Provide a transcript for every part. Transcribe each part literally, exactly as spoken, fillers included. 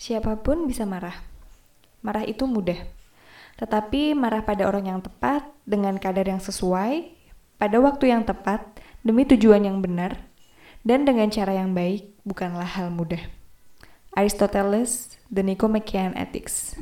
Siapapun bisa marah. Marah itu mudah. Tetapi marah pada orang yang tepat, dengan kadar yang sesuai, pada waktu yang tepat, demi tujuan yang benar, dan dengan cara yang baik, bukanlah hal mudah. Aristoteles, The Nicomachean Ethics.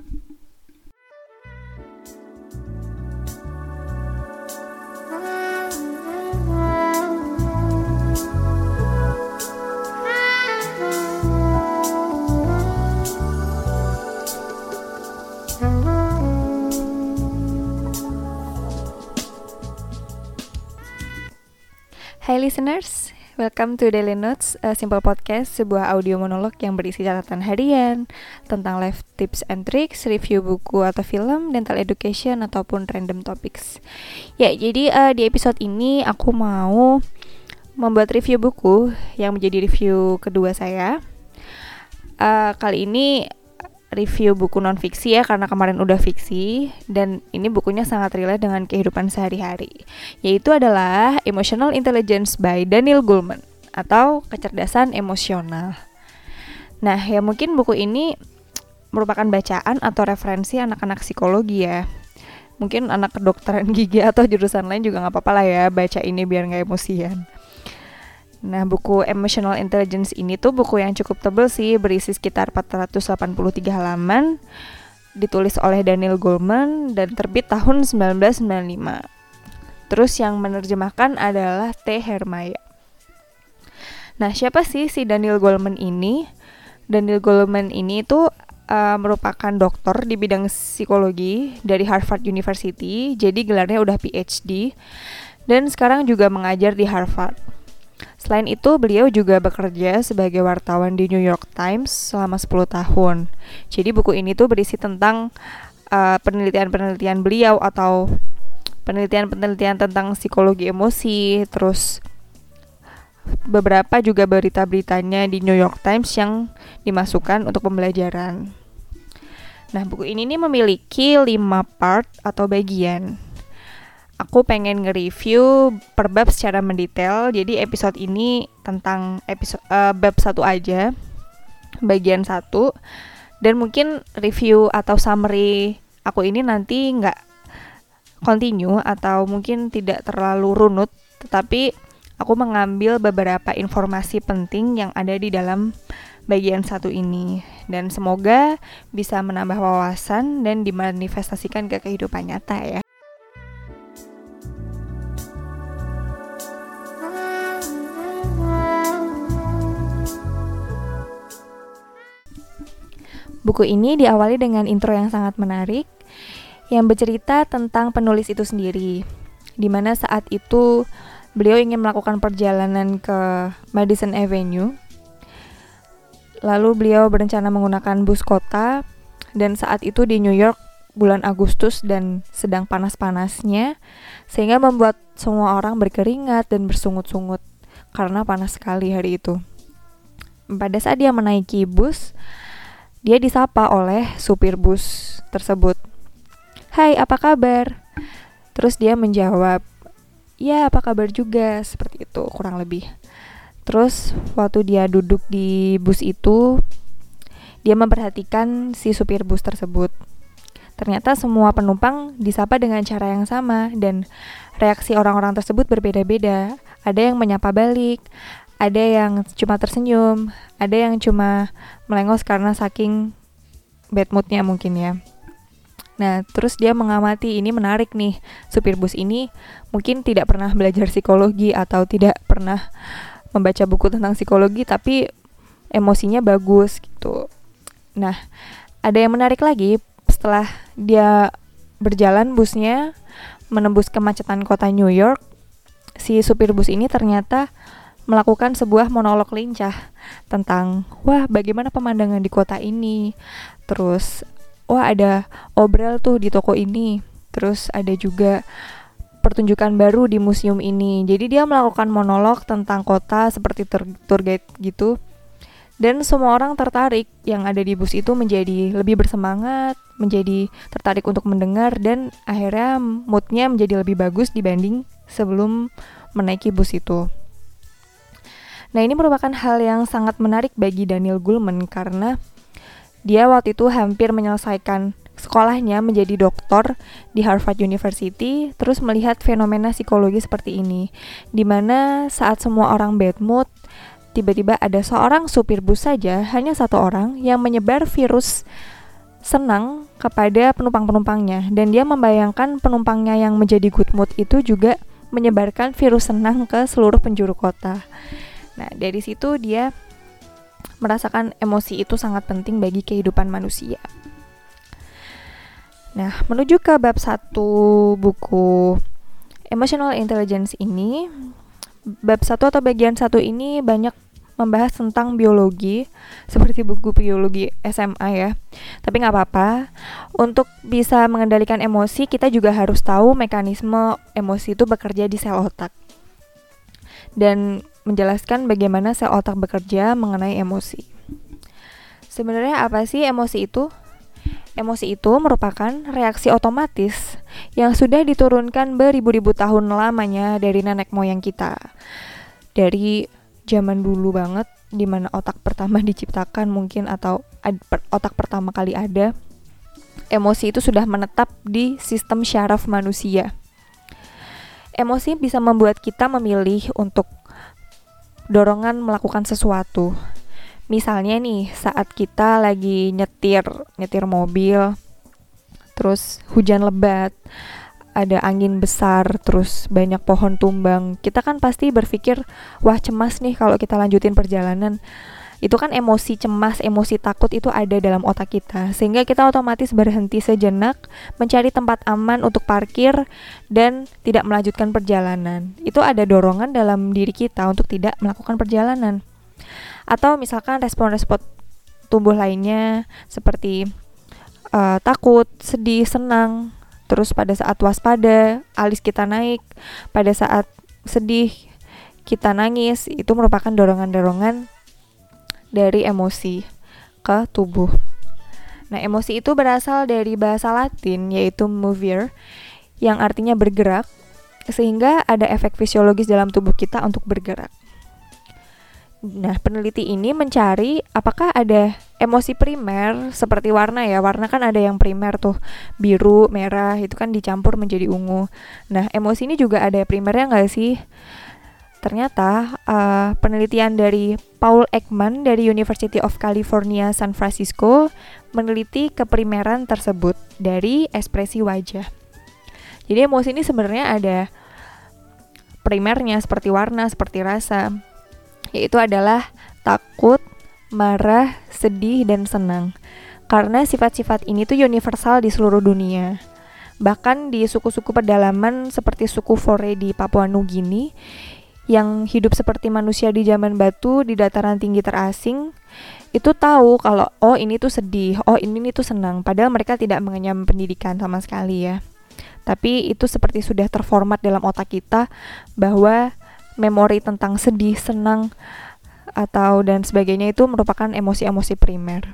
Hai listeners, welcome to Daily Notes, a simple podcast, sebuah audio monolog yang berisi catatan harian tentang life tips and tricks, review buku atau film, dental education, ataupun random topics. Ya, jadi uh, di episode ini aku mau membuat review buku yang menjadi review kedua saya. Uh, kali ini review buku non-fiksi ya, karena kemarin udah fiksi, dan ini bukunya sangat relate dengan kehidupan sehari-hari, yaitu adalah Emotional Intelligence by Daniel Goleman, atau kecerdasan emosional. Nah, ya mungkin buku ini merupakan bacaan atau referensi anak-anak psikologi ya. Mungkin anak kedokteran gigi atau jurusan lain juga gak apa-apa lah ya baca ini biar gak emosian. Nah, buku Emotional Intelligence ini tuh buku yang cukup tebal sih, berisi sekitar empat ratus delapan puluh tiga halaman, ditulis oleh Daniel Goleman dan terbit tahun sembilan belas sembilan puluh lima. Terus yang menerjemahkan adalah T. Hermaya. Nah, siapa sih si Daniel Goleman ini? Daniel Goleman ini tuh uh, merupakan dokter di bidang psikologi dari Harvard University, jadi gelarnya udah P H D, dan sekarang juga mengajar di Harvard. Selain itu, beliau juga bekerja sebagai wartawan di New York Times selama sepuluh tahun. Jadi buku ini tuh berisi tentang uh, penelitian-penelitian beliau atau penelitian-penelitian tentang psikologi emosi, terus beberapa juga berita-beritanya di New York Times yang dimasukkan untuk pembelajaran. Nah, buku ini nih memiliki lima part atau bagian. Aku pengen nge-review per bab secara mendetail. Jadi episode ini tentang episode uh, bab satu aja, bagian satu. Dan mungkin review atau summary aku ini nanti nggak continue atau mungkin tidak terlalu runut, tetapi aku mengambil beberapa informasi penting yang ada di dalam bagian satu ini, dan semoga bisa menambah wawasan dan dimanifestasikan ke kehidupan nyata ya. Buku ini diawali dengan intro yang sangat menarik yang bercerita tentang penulis itu sendiri, di mana saat itu beliau ingin melakukan perjalanan ke Madison Avenue. Lalu beliau berencana menggunakan bus kota, dan saat itu di New York bulan Agustus dan sedang panas-panasnya, sehingga membuat semua orang berkeringat dan bersungut-sungut karena panas sekali hari itu. Pada saat dia menaiki bus, dia disapa oleh supir bus tersebut. "Hai, apa kabar?" Terus dia menjawab, "Ya, apa kabar juga," seperti itu kurang lebih. Terus waktu dia duduk di bus itu, dia memperhatikan si supir bus tersebut. Ternyata semua penumpang disapa dengan cara yang sama, dan reaksi orang-orang tersebut berbeda-beda. Ada yang menyapa balik, ada yang cuma tersenyum, ada yang cuma melengos karena saking bad moodnya mungkin ya. Nah, terus dia mengamati, ini menarik nih, supir bus ini mungkin tidak pernah belajar psikologi atau tidak pernah membaca buku tentang psikologi, tapi emosinya bagus gitu. Nah, ada yang menarik lagi, setelah dia berjalan busnya menembus kemacetan kota New York, si supir bus ini ternyata melakukan sebuah monolog lincah tentang, wah bagaimana pemandangan di kota ini, terus wah ada obrol tuh di toko ini, terus ada juga pertunjukan baru di museum ini. Jadi dia melakukan monolog tentang kota seperti tour, tour guide gitu, dan semua orang tertarik yang ada di bus itu menjadi lebih bersemangat, menjadi tertarik untuk mendengar, dan akhirnya moodnya menjadi lebih bagus dibanding sebelum menaiki bus itu. Nah, ini merupakan hal yang sangat menarik bagi Daniel Goleman karena Dia waktu itu hampir menyelesaikan sekolahnya menjadi doktor di Harvard University, terus melihat fenomena psikologi seperti ini, di mana saat semua orang bad mood, tiba-tiba ada seorang supir bus saja, hanya satu orang yang menyebar virus senang kepada penumpang-penumpangnya, dan dia membayangkan penumpangnya yang menjadi good mood itu juga menyebarkan virus senang ke seluruh penjuru kota. Nah, dari situ dia merasakan emosi itu sangat penting bagi kehidupan manusia. Nah, menuju ke bab satu buku Emotional Intelligence ini, bab satu atau bagian satu ini banyak membahas tentang biologi, seperti buku biologi S M A ya. Tapi nggak apa-apa, untuk bisa mengendalikan emosi, kita juga harus tahu mekanisme emosi itu bekerja di sel otak. Dan menjelaskan bagaimana sel otak bekerja mengenai emosi. Sebenarnya apa sih emosi itu? Emosi itu merupakan reaksi otomatis yang sudah diturunkan beribu-ribu tahun lamanya dari nenek moyang kita. Dari zaman dulu banget, di mana otak pertama diciptakan mungkin, atau ad, per, otak pertama kali ada, emosi itu sudah menetap di sistem syaraf manusia. Emosi bisa membuat kita memilih untuk dorongan melakukan sesuatu. Misalnya nih, saat kita lagi nyetir, nyetir mobil, terus hujan lebat, ada angin besar, terus banyak pohon tumbang, kita kan pasti berpikir, wah cemas nih kalau kita lanjutin perjalanan. Itu kan emosi cemas, emosi takut itu ada dalam otak kita, sehingga kita otomatis berhenti sejenak, mencari tempat aman untuk parkir, dan tidak melanjutkan perjalanan. Itu ada dorongan dalam diri kita untuk tidak melakukan perjalanan. Atau misalkan respon-respon tubuh lainnya seperti uh, takut, sedih, senang. Terus pada saat waspada, alis kita naik. Pada saat sedih, kita nangis. Itu merupakan dorongan-dorongan dari emosi ke tubuh. Nah, emosi itu berasal dari bahasa Latin, yaitu movere, yang artinya bergerak, sehingga ada efek fisiologis dalam tubuh kita untuk bergerak. Nah, peneliti ini mencari apakah ada emosi primer seperti warna ya. Warna kan ada yang primer tuh, biru, merah, itu kan dicampur menjadi ungu. Nah, emosi ini juga ada primernya nggak sih? Ternyata uh, penelitian dari Paul Ekman dari University of California San Francisco meneliti keprimeran tersebut dari ekspresi wajah. Jadi emosi ini sebenarnya ada primernya seperti warna, seperti rasa, yaitu adalah takut, marah, sedih, dan senang. Karena sifat-sifat ini tuh universal di seluruh dunia. Bahkan di suku-suku pedalaman seperti suku Fore di Papua Nugini, yang hidup seperti manusia di zaman batu di dataran tinggi terasing, itu tahu kalau oh ini tuh sedih, oh ini, ini tuh senang. Padahal mereka tidak mengenyam pendidikan sama sekali ya. Tapi itu seperti sudah terformat dalam otak kita bahwa memori tentang sedih, senang, atau dan sebagainya itu merupakan emosi-emosi primer.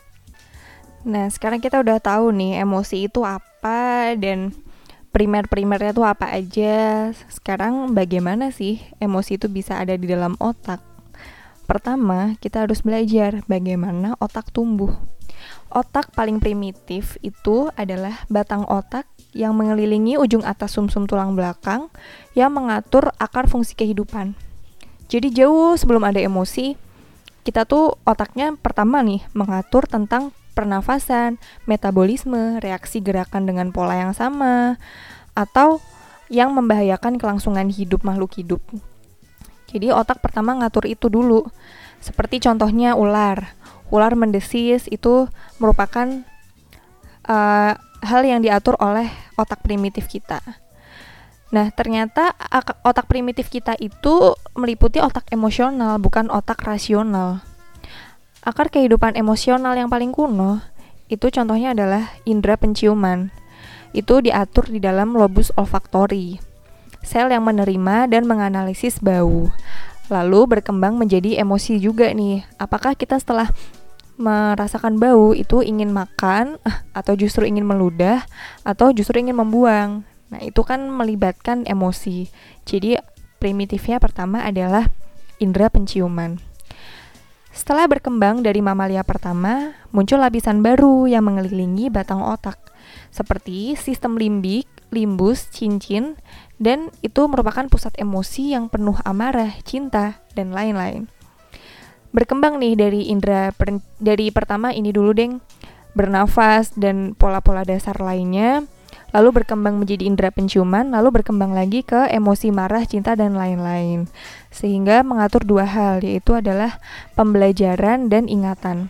Nah, sekarang kita udah tahu nih emosi itu apa dan primer-primernya tuh apa aja. Sekarang bagaimana sih emosi itu bisa ada di dalam otak? Pertama, kita harus belajar bagaimana otak tumbuh. Otak paling primitif itu adalah batang otak yang mengelilingi ujung atas sumsum tulang belakang yang mengatur akar fungsi kehidupan. Jadi jauh sebelum ada emosi, kita tuh otaknya pertama nih mengatur tentang pernafasan, metabolisme, reaksi gerakan dengan pola yang sama, atau yang membahayakan kelangsungan hidup makhluk hidup. Jadi otak pertama ngatur itu dulu. Seperti contohnya ular. Ular mendesis itu merupakan uh, hal yang diatur oleh otak primitif kita. Nah, ternyata otak primitif kita itu meliputi otak emosional, bukan otak rasional. Akar kehidupan emosional yang paling kuno itu contohnya adalah indera penciuman. Itu diatur di dalam lobus olfaktori, sel yang menerima dan menganalisis bau. Lalu berkembang menjadi emosi juga nih. Apakah kita setelah merasakan bau itu ingin makan, atau justru ingin meludah, atau justru ingin membuang? Nah, itu kan melibatkan emosi. Jadi primitifnya pertama adalah indera penciuman. Setelah berkembang dari mamalia pertama, muncul lapisan baru yang mengelilingi batang otak, seperti sistem limbik, limbus, cincin, dan itu merupakan pusat emosi yang penuh amarah, cinta, dan lain-lain. Berkembang nih dari indera per, dari pertama ini dulu deng, bernafas dan pola-pola dasar lainnya, lalu berkembang menjadi indera penciuman, lalu berkembang lagi ke emosi marah, cinta, dan lain-lain. Sehingga mengatur dua hal, yaitu adalah pembelajaran dan ingatan.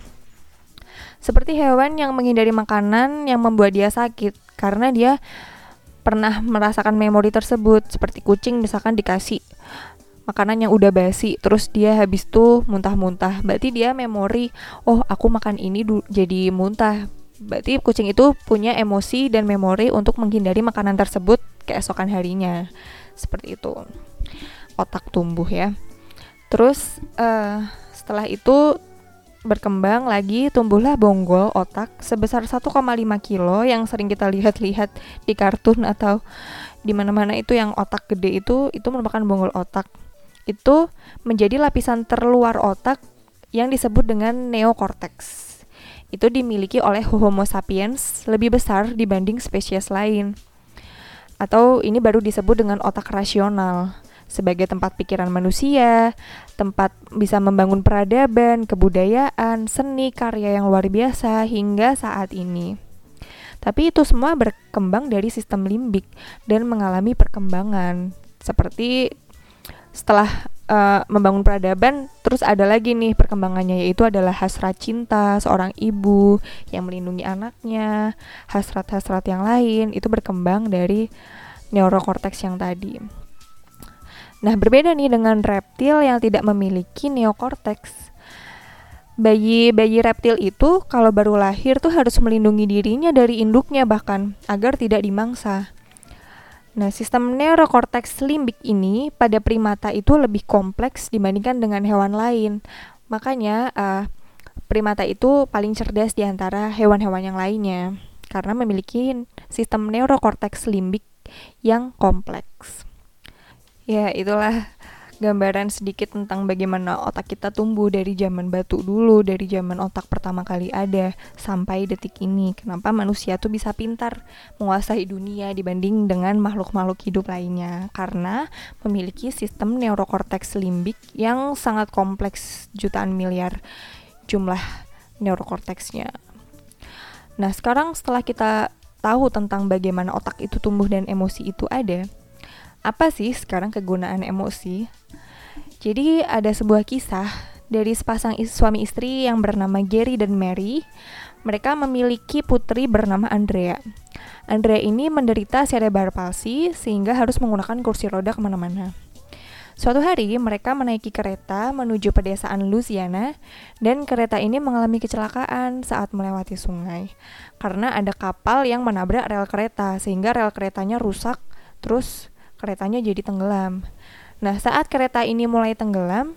Seperti hewan yang menghindari makanan yang membuat dia sakit, karena dia pernah merasakan memori tersebut. Seperti kucing misalkan dikasih makanan yang udah basi, terus dia habis tuh muntah-muntah, berarti dia memori, oh aku makan ini du- jadi muntah. Berarti kucing itu punya emosi dan memori untuk menghindari makanan tersebut keesokan harinya. Seperti itu. Otak tumbuh ya. Terus uh, setelah itu berkembang lagi, tumbuhlah bonggol otak sebesar satu koma lima kilo yang sering kita lihat-lihat di kartun atau di mana-mana itu yang otak gede itu, itu merupakan bonggol otak. Itu menjadi lapisan terluar otak yang disebut dengan neokorteks. Itu dimiliki oleh Homo sapiens lebih besar dibanding spesies lain. Atau ini baru disebut dengan otak rasional, sebagai tempat pikiran manusia, tempat bisa membangun peradaban, kebudayaan, seni, karya yang luar biasa hingga saat ini. Tapi itu semua berkembang dari sistem limbik dan mengalami perkembangan. Seperti setelah uh, membangun peradaban, terus ada lagi nih perkembangannya, yaitu adalah hasrat cinta seorang ibu yang melindungi anaknya, hasrat-hasrat yang lain, itu berkembang dari neurokorteks yang tadi. Nah, berbeda nih dengan reptil yang tidak memiliki neokorteks. Bayi-bayi reptil itu kalau baru lahir tuh harus melindungi dirinya dari induknya bahkan, agar tidak dimangsa. Nah, sistem neurokorteks limbik ini pada primata itu lebih kompleks dibandingkan dengan hewan lain. Makanya uh, primata itu paling cerdas di antara hewan-hewan yang lainnya karena memiliki sistem neurokorteks limbik yang kompleks. Ya, itulah gambaran sedikit tentang bagaimana otak kita tumbuh dari zaman batu dulu, dari zaman otak pertama kali ada sampai detik ini. Kenapa manusia tuh bisa pintar menguasai dunia dibanding dengan makhluk-makhluk hidup lainnya? Karena memiliki sistem neurokorteks limbik yang sangat kompleks, jutaan miliar jumlah neurokorteksnya. Nah, sekarang setelah kita tahu tentang bagaimana otak itu tumbuh dan emosi itu ada, apa sih sekarang kegunaan emosi? Jadi ada sebuah kisah dari sepasang is- suami istri yang bernama Gary dan Mary. Mereka memiliki putri bernama Andrea. Andrea ini menderita cerebral palsy sehingga harus menggunakan kursi roda kemana-mana. Suatu hari mereka menaiki kereta menuju pedesaan Louisiana dan kereta ini mengalami kecelakaan saat melewati sungai karena ada kapal yang menabrak rel kereta sehingga rel keretanya rusak, terus keretanya jadi tenggelam. Nah, saat kereta ini mulai tenggelam,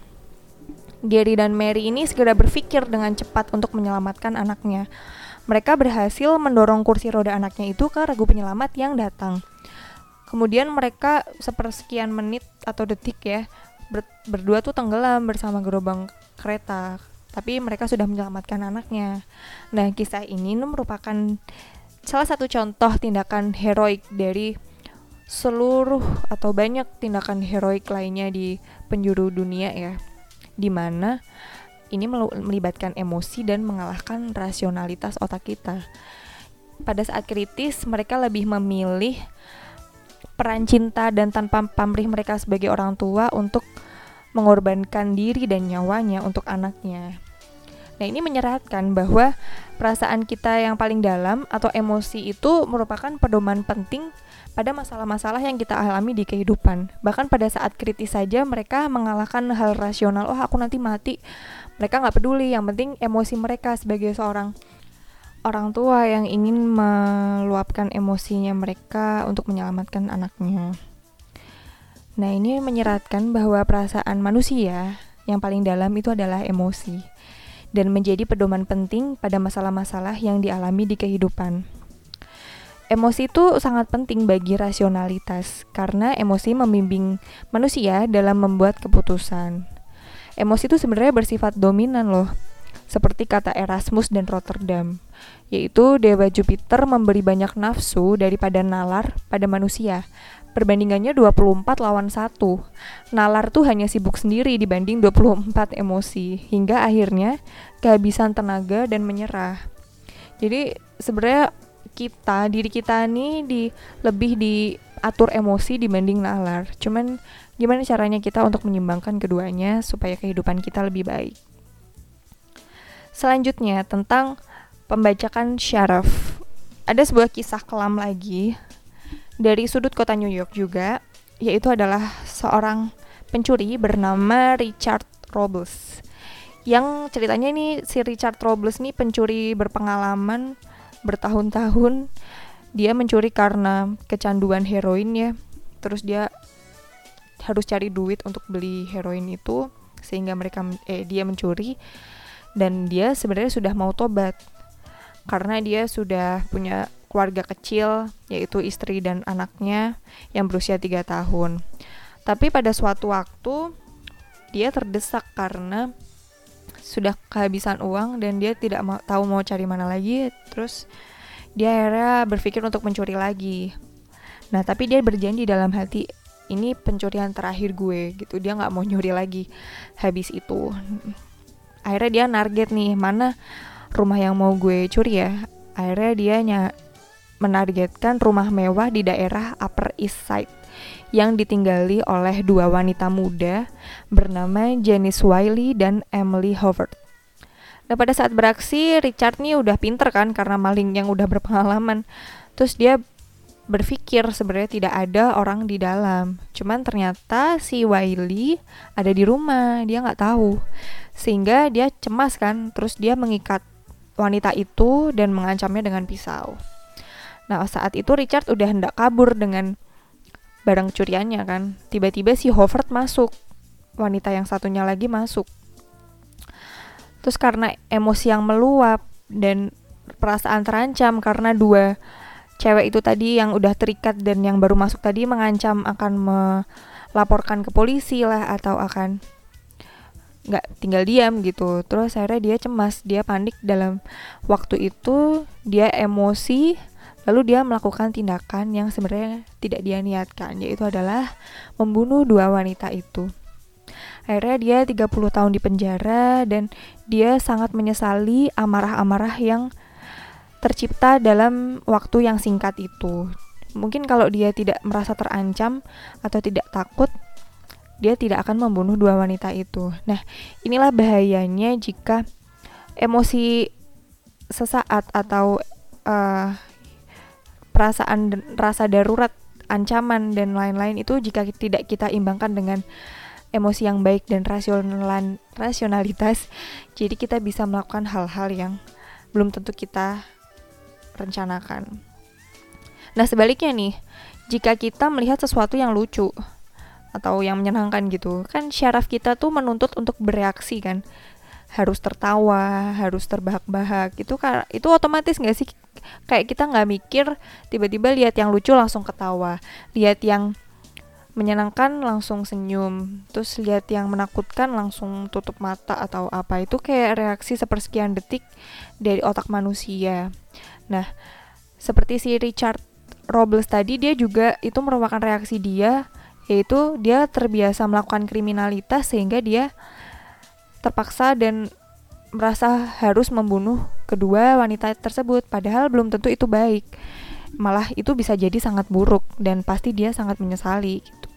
Gary dan Mary ini segera berpikir dengan cepat untuk menyelamatkan anaknya. Mereka berhasil mendorong kursi roda anaknya itu ke regu penyelamat yang datang. Kemudian mereka sepersekian menit atau detik ya, ber- berdua tuh tenggelam bersama gerobak kereta. Tapi mereka sudah menyelamatkan anaknya. Nah, kisah ini merupakan salah satu contoh tindakan heroik dari seluruh atau banyak tindakan heroik lainnya di penjuru dunia ya, di mana ini melibatkan emosi dan mengalahkan rasionalitas otak kita. Pada saat kritis, mereka lebih memilih peran cinta dan tanpa pamrih mereka sebagai orang tua untuk mengorbankan diri dan nyawanya untuk anaknya. Nah, ini menyeratkan bahwa perasaan kita yang paling dalam atau emosi itu merupakan pedoman penting pada masalah-masalah yang kita alami di kehidupan. Bahkan pada saat kritis saja mereka mengalahkan hal rasional, oh aku nanti mati. Mereka gak peduli, yang penting emosi mereka sebagai seorang orang tua yang ingin meluapkan emosinya mereka untuk menyelamatkan anaknya. Nah, ini menyeratkan bahwa perasaan manusia yang paling dalam itu adalah emosi dan menjadi pedoman penting pada masalah-masalah yang dialami di kehidupan. Emosi itu sangat penting bagi rasionalitas karena emosi membimbing manusia dalam membuat keputusan. Emosi itu sebenarnya bersifat dominan loh. Seperti kata Erasmus dan Rotterdam, yaitu dewa Jupiter memberi banyak nafsu daripada nalar pada manusia. Perbandingannya dua puluh empat lawan satu. Nalar tuh hanya sibuk sendiri dibanding dua puluh empat emosi, hingga akhirnya kehabisan tenaga dan menyerah. Jadi sebenarnya kita, diri kita nih di, lebih diatur emosi dibanding nalar. Cuman gimana caranya kita untuk menyimbangkan keduanya supaya kehidupan kita lebih baik. Selanjutnya tentang pembajakan syaraf. Ada sebuah kisah kelam lagi dari sudut kota New York juga, yaitu adalah seorang pencuri bernama Richard Robles. Yang ceritanya ini si Richard Robles nih pencuri berpengalaman bertahun-tahun. Dia mencuri karena kecanduan heroin ya. Terus dia harus cari duit untuk beli heroin itu, sehingga mereka eh dia mencuri. Dan dia sebenarnya sudah mau tobat karena dia sudah punya keluarga kecil, yaitu istri dan anaknya yang berusia tiga tahun. Tapi pada suatu waktu dia terdesak karena sudah kehabisan uang dan dia tidak ma- tahu mau cari mana lagi. Terus dia akhirnya berpikir untuk mencuri lagi. Nah tapi dia berjanji dalam hati, ini pencurian terakhir gue gitu. Dia gak mau nyuri lagi habis itu. Akhirnya dia target nih, mana rumah yang mau gue curi ya. Akhirnya dia ny- menargetkan rumah mewah di daerah Upper East Side yang ditinggali oleh dua wanita muda bernama Janice Wiley dan Emily Howard. Nah pada saat beraksi, Richard nih udah pinter kan karena maling yang udah berpengalaman. Terus dia berpikir sebenarnya tidak ada orang di dalam. Cuman ternyata si Wiley ada di rumah, dia gak tahu. Sehingga dia cemas kan, terus dia mengikat wanita itu dan mengancamnya dengan pisau. Nah saat itu Richard udah hendak kabur dengan barang curiannya kan. Tiba-tiba si Howard masuk, wanita yang satunya lagi masuk. Terus karena emosi yang meluap dan perasaan terancam karena dua cewek itu tadi yang udah terikat dan yang baru masuk tadi mengancam akan melaporkan ke polisi lah atau akan gak tinggal diam gitu. Terus akhirnya dia cemas, dia panik dalam waktu itu, dia emosi, lalu dia melakukan tindakan yang sebenarnya tidak dia niatkan, yaitu adalah membunuh dua wanita itu. Akhirnya dia tiga puluh tahun di penjara dan dia sangat menyesali amarah-amarah yang tercipta dalam waktu yang singkat itu. Mungkin kalau dia tidak merasa terancam atau tidak takut, dia tidak akan membunuh dua wanita itu. Nah, inilah bahayanya jika emosi sesaat atau uh, perasaan rasa darurat, ancaman dan lain-lain itu jika tidak kita imbangkan dengan emosi yang baik dan rasional, rasionalitas, jadi kita bisa melakukan hal-hal yang belum tentu kita rencanakan. Nah, sebaliknya nih, jika kita melihat sesuatu yang lucu atau yang menyenangkan gitu, kan syaraf kita tuh menuntut untuk bereaksi kan, harus tertawa, harus terbahak-bahak gitu kan, itu otomatis nggak sih? Kayak kita nggak mikir, tiba-tiba lihat yang lucu langsung ketawa, lihat yang menyenangkan langsung senyum, terus lihat yang menakutkan langsung tutup mata atau apa. Itu kayak reaksi sepersekian detik dari otak manusia. Nah, seperti si Richard Robles tadi, dia juga itu merupakan reaksi dia, yaitu dia terbiasa melakukan kriminalitas sehingga dia terpaksa dan merasa harus membunuh kedua wanita tersebut, padahal belum tentu itu baik, malah itu bisa jadi sangat buruk dan pasti dia sangat menyesali gitu.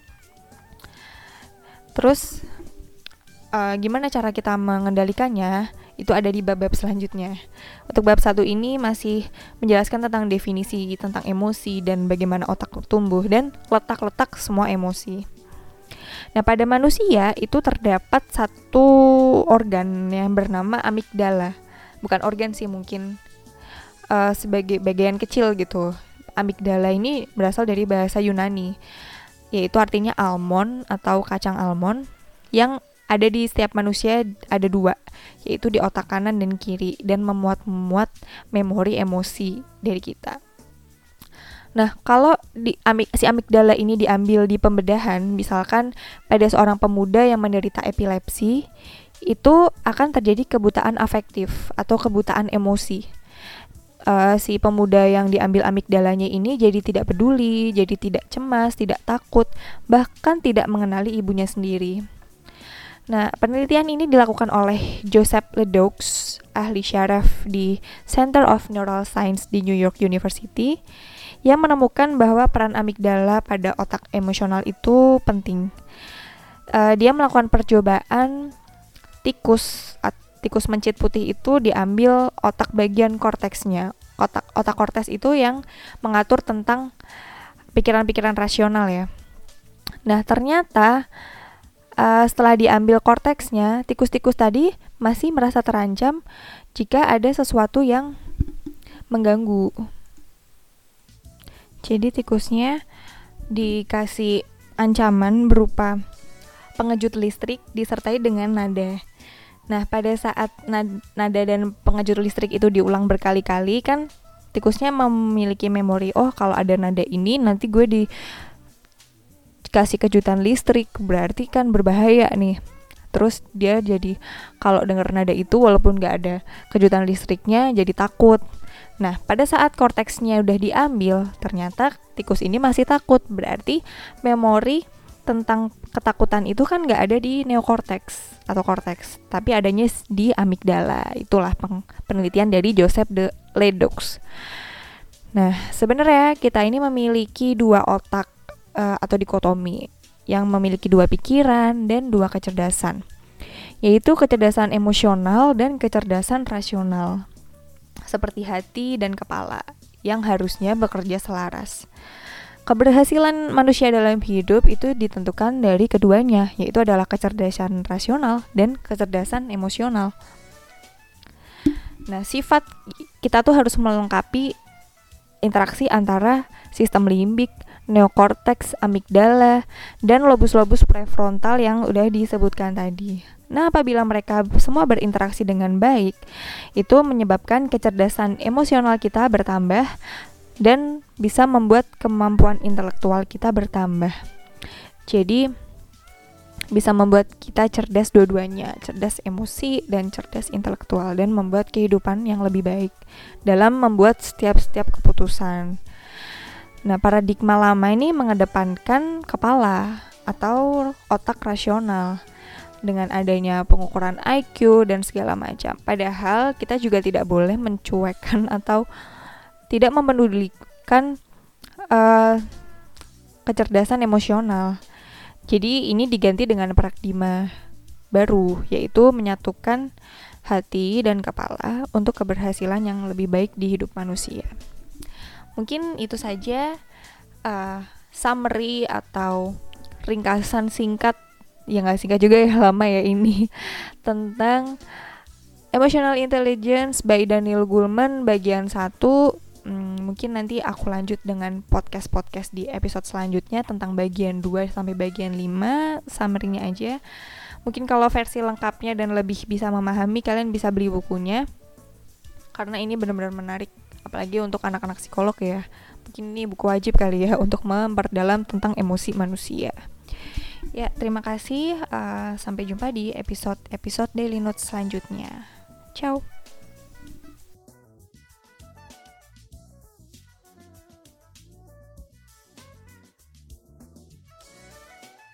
Terus uh, gimana cara kita mengendalikannya? Itu ada di bab-bab selanjutnya. Untuk bab satu ini masih menjelaskan tentang definisi tentang emosi dan bagaimana otak tumbuh dan letak-letak semua emosi. Nah, pada manusia itu terdapat satu organ yang bernama amigdala. Bukan organ sih, mungkin uh, sebagai bagian kecil gitu. Amigdala ini berasal dari bahasa Yunani, yaitu artinya almond atau kacang almond, yang ada di setiap manusia ada dua, yaitu di otak kanan dan kiri, dan memuat-memuat memori emosi dari kita. Nah, kalau di amik, si amigdala ini diambil di pembedahan, misalkan pada seorang pemuda yang menderita epilepsi, itu akan terjadi kebutaan afektif atau kebutaan emosi. Uh, si pemuda yang diambil amigdalanya ini jadi tidak peduli, jadi tidak cemas, tidak takut, bahkan tidak mengenali ibunya sendiri. Nah, penelitian ini dilakukan oleh Joseph Ledoux, ahli syaraf di Center of Neuroscience di New York University, yang menemukan bahwa peran amigdala pada otak emosional itu penting. Uh, dia melakukan percobaan tikus, tikus mencit putih itu diambil otak bagian korteksnya. Otak otak korteks itu yang mengatur tentang pikiran-pikiran rasional ya. Nah, ternyata uh, setelah diambil korteksnya, tikus-tikus tadi masih merasa terancam jika ada sesuatu yang mengganggu. Jadi tikusnya dikasih ancaman berupa pengejut listrik disertai dengan nada. Nah, pada saat nada dan pengejut listrik itu diulang berkali-kali, kan tikusnya memiliki memori, oh kalau ada nada ini nanti gue dikasih kejutan listrik, berarti kan berbahaya nih. Terus dia jadi kalau dengar nada itu walaupun gak ada kejutan listriknya jadi takut. Nah, pada saat korteksnya udah diambil, ternyata tikus ini masih takut. Berarti memori tentang ketakutan itu kan gak ada di neokorteks atau korteks, tapi adanya di amigdala. Itulah penelitian dari Joseph de Ledoux. Nah, sebenarnya kita ini memiliki dua otak uh, atau dikotomi yang memiliki dua pikiran dan dua kecerdasan, yaitu kecerdasan emosional dan kecerdasan rasional, seperti hati dan kepala yang harusnya bekerja selaras. Keberhasilan manusia dalam hidup itu ditentukan dari keduanya, yaitu adalah kecerdasan rasional dan kecerdasan emosional. Nah, sifat kita tuh harus melengkapi interaksi antara sistem limbik, neokorteks, amigdala, dan lobus-lobus prefrontal yang udah disebutkan tadi. Nah, apabila mereka semua berinteraksi dengan baik, itu menyebabkan kecerdasan emosional kita bertambah dan bisa membuat kemampuan intelektual kita bertambah. Jadi, bisa membuat kita cerdas dua-duanya, cerdas emosi dan cerdas intelektual, dan membuat kehidupan yang lebih baik dalam membuat setiap-setiap keputusan. Nah, paradigma lama ini mengedepankan kepala atau otak rasional dengan adanya pengukuran I Q dan segala macam. Padahal kita juga tidak boleh mencuekkan atau tidak memedulikan uh, kecerdasan emosional. Jadi ini diganti dengan paradigma baru, yaitu menyatukan hati dan kepala untuk keberhasilan yang lebih baik di hidup manusia. Mungkin itu saja uh, summary atau ringkasan singkat, ya nggak singkat juga ya, lama ya ini, tentang Emotional Intelligence by Daniel Goleman bagian satu. Hmm, mungkin nanti aku lanjut dengan podcast-podcast di episode selanjutnya tentang bagian dua sampai bagian lima, summary-nya aja. Mungkin kalau versi lengkapnya dan lebih bisa memahami, kalian bisa beli bukunya, karena ini benar-benar menarik, apalagi untuk anak-anak psikolog ya. Mungkin ini buku wajib kali ya untuk memperdalam tentang emosi manusia. Ya, terima kasih. Uh, sampai jumpa di episode-episode Daily Notes selanjutnya. Ciao.